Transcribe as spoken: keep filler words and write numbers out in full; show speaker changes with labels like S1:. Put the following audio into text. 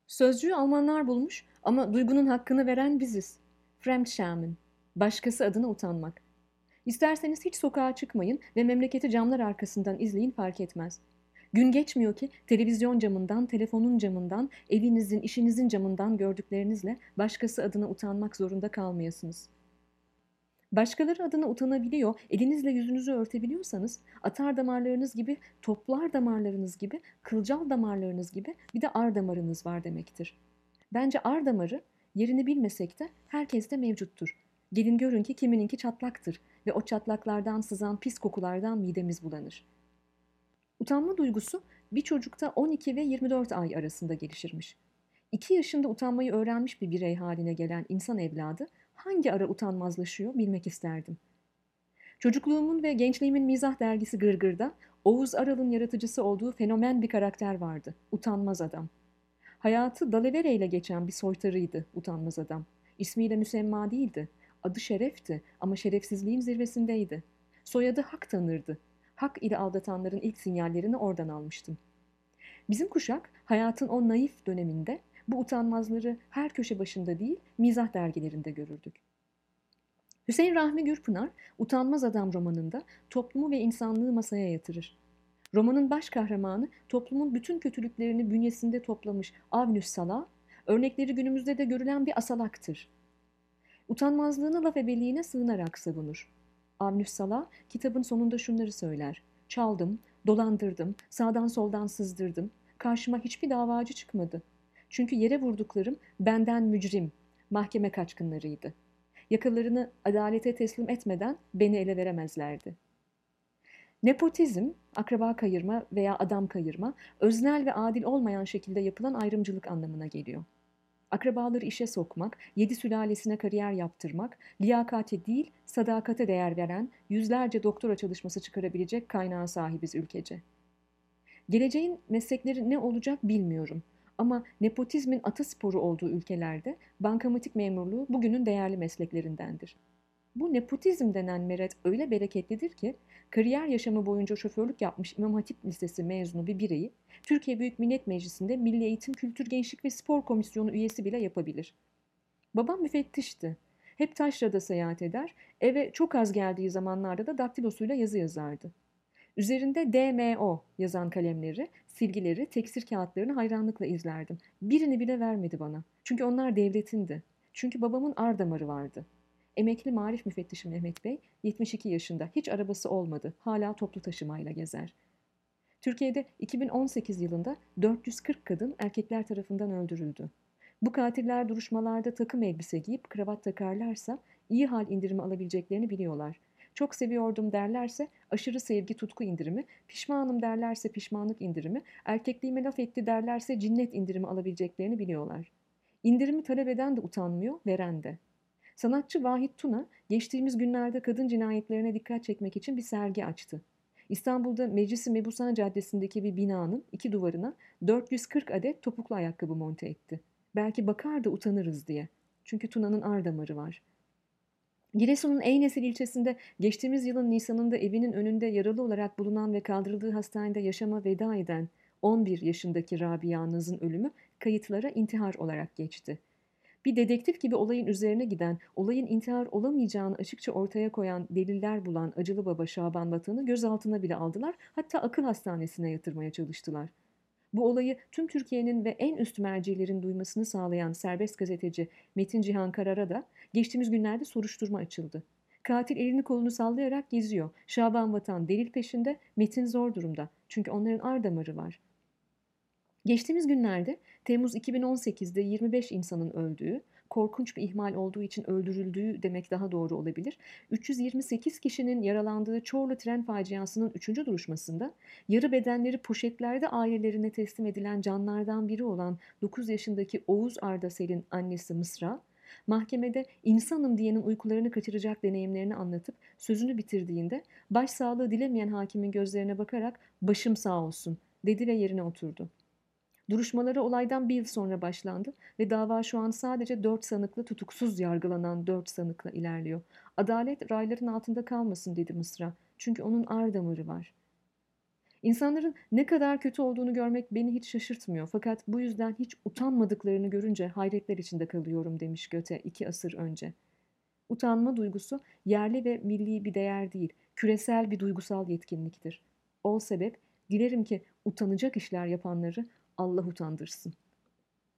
S1: Sözcüğü Almanlar bulmuş ama duygunun hakkını veren biziz. Fremdschämen, başkası adına utanmak. İsterseniz hiç sokağa çıkmayın ve memleketi camlar arkasından izleyin fark etmez. Gün geçmiyor ki televizyon camından, telefonun camından, evinizin, işinizin camından gördüklerinizle başkası adına utanmak zorunda kalmayasınız. Başkaları adına utanabiliyor, elinizle yüzünüzü örtebiliyorsanız atar damarlarınız gibi, toplar damarlarınız gibi, kılcal damarlarınız gibi bir de ar damarınız var demektir. Bence ar damarı yerini bilmesek de herkeste mevcuttur. Gelin görün ki kimininki çatlaktır ve o çatlaklardan sızan pis kokulardan midemiz bulanır. Utanma duygusu bir çocukta on iki ve yirmi dört ay arasında gelişirmiş. iki yaşında utanmayı öğrenmiş bir birey haline gelen insan evladı hangi ara utanmazlaşıyor bilmek isterdim. Çocukluğumun ve gençliğimin mizah dergisi Gırgır'da Oğuz Aral'ın yaratıcısı olduğu fenomen bir karakter vardı. Utanmaz adam. Hayatı dalavere ile geçen bir soytarıydı utanmaz adam. İsmiyle müsemma değildi. Adı şerefti ama şerefsizliğin zirvesindeydi. Soyadı Hak tanırdı. Hak ile aldatanların ilk sinyallerini oradan almıştım. Bizim kuşak hayatın o naif döneminde bu utanmazları her köşe başında değil, mizah dergilerinde görürdük. Hüseyin Rahmi Gürpınar, Utanmaz Adam romanında toplumu ve insanlığı masaya yatırır. Romanın baş kahramanı toplumun bütün kötülüklerini bünyesinde toplamış Avnüs Sala, örnekleri günümüzde de görülen bir asalaktır. Utanmazlığını laf ebeliğine sığınarak savunur. Avnüs Sala kitabın sonunda şunları söyler. Çaldım, dolandırdım, sağdan soldan sızdırdım. Karşıma hiçbir davacı çıkmadı. Çünkü yere vurduklarım benden mücrim, mahkeme kaçkınlarıydı. Yakalarını adalete teslim etmeden beni ele veremezlerdi. Nepotizm, akraba kayırma veya adam kayırma, öznel ve adil olmayan şekilde yapılan ayrımcılık anlamına geliyor. Akrabaları işe sokmak, yedi sülalesine kariyer yaptırmak, liyakate değil sadakate değer veren yüzlerce doktora çalışması çıkarabilecek kaynağa sahibiz ülkece. Geleceğin meslekleri ne olacak bilmiyorum. Ama nepotizmin atasporu olduğu ülkelerde bankamatik memurluğu bugünün değerli mesleklerindendir. Bu nepotizm denen meret öyle bereketlidir ki kariyer yaşamı boyunca şoförlük yapmış İmam Hatip Lisesi mezunu bir bireyi Türkiye Büyük Millet Meclisi'nde Milli Eğitim, Kültür, Gençlik ve Spor Komisyonu üyesi bile yapabilir. Babam müfettişti. Hep taşrada seyahat eder, eve çok az geldiği zamanlarda da daktilosuyla yazı yazardı. Üzerinde D M O yazan kalemleri, silgileri, teksir kağıtlarını hayranlıkla izlerdim. Birini bile vermedi bana. Çünkü onlar devletindi. Çünkü babamın ar damarı vardı. Emekli marif müfettişi Mehmet Bey, yetmiş iki yaşında, hiç arabası olmadı. Hala toplu taşımayla gezer. Türkiye'de iki bin on sekiz yılında dört yüz kırk kadın erkekler tarafından öldürüldü. Bu katiller duruşmalarda takım elbise giyip kravat takarlarsa iyi hal indirimi alabileceklerini biliyorlar. Çok seviyordum derlerse aşırı sevgi tutku indirimi, pişmanım derlerse pişmanlık indirimi, erkekliğime laf etti derlerse cinnet indirimi alabileceklerini biliyorlar. İndirimi talep eden de utanmıyor, veren de. Sanatçı Vahit Tuna geçtiğimiz günlerde kadın cinayetlerine dikkat çekmek için bir sergi açtı. İstanbul'da Meclis-i Mebusan Caddesi'ndeki bir binanın iki duvarına dört yüz kırk adet topuklu ayakkabı monte etti. Belki bakar da utanırız diye. Çünkü Tuna'nın ar damarı var. Giresun'un Eynesil ilçesinde geçtiğimiz yılın Nisan'ında evinin önünde yaralı olarak bulunan ve kaldırıldığı hastanede yaşama veda eden on bir yaşındaki Rabia Naz'ın ölümü kayıtlara intihar olarak geçti. Bir dedektif gibi olayın üzerine giden, olayın intihar olamayacağını açıkça ortaya koyan deliller bulan acılı baba Şaban Vatan'ı gözaltına bile aldılar, hatta akıl hastanesine yatırmaya çalıştılar. Bu olayı tüm Türkiye'nin ve en üst mercilerin duymasını sağlayan serbest gazeteci Metin Cihan Karar'a da geçtiğimiz günlerde soruşturma açıldı. Katil elini kolunu sallayarak geziyor. Şaban Vatan delil peşinde, Metin zor durumda. Çünkü onların ar damarı var. Geçtiğimiz günlerde Temmuz iki bin on sekizde yirmi beş insanın öldüğü, korkunç bir ihmal olduğu için öldürüldüğü demek daha doğru olabilir, üç yüz yirmi sekiz kişinin yaralandığı Çorlu tren faciasının üçüncü duruşmasında yarı bedenleri poşetlerde ailelerine teslim edilen canlardan biri olan dokuz yaşındaki Oğuz Ardasel'in annesi Mısra, mahkemede insanım diyenin uykularını kaçıracak deneyimlerini anlatıp sözünü bitirdiğinde başsağlığı dilemeyen hakimin gözlerine bakarak başım sağ olsun dedi ve yerine oturdu. Duruşmaları olaydan bir yıl sonra başlandı ve dava şu an sadece dört sanıklı tutuksuz yargılanan dört sanıkla ilerliyor. Adalet rayların altında kalmasın dedi Mısra. Çünkü onun ar damarı var. İnsanların ne kadar kötü olduğunu görmek beni hiç şaşırtmıyor. Fakat bu yüzden hiç utanmadıklarını görünce hayretler içinde kalıyorum demiş Göte iki asır önce. Utanma duygusu yerli ve milli bir değer değil, küresel bir duygusal yetkinliktir. Ol sebep, dilerim ki utanacak işler yapanları Allah utandırsın.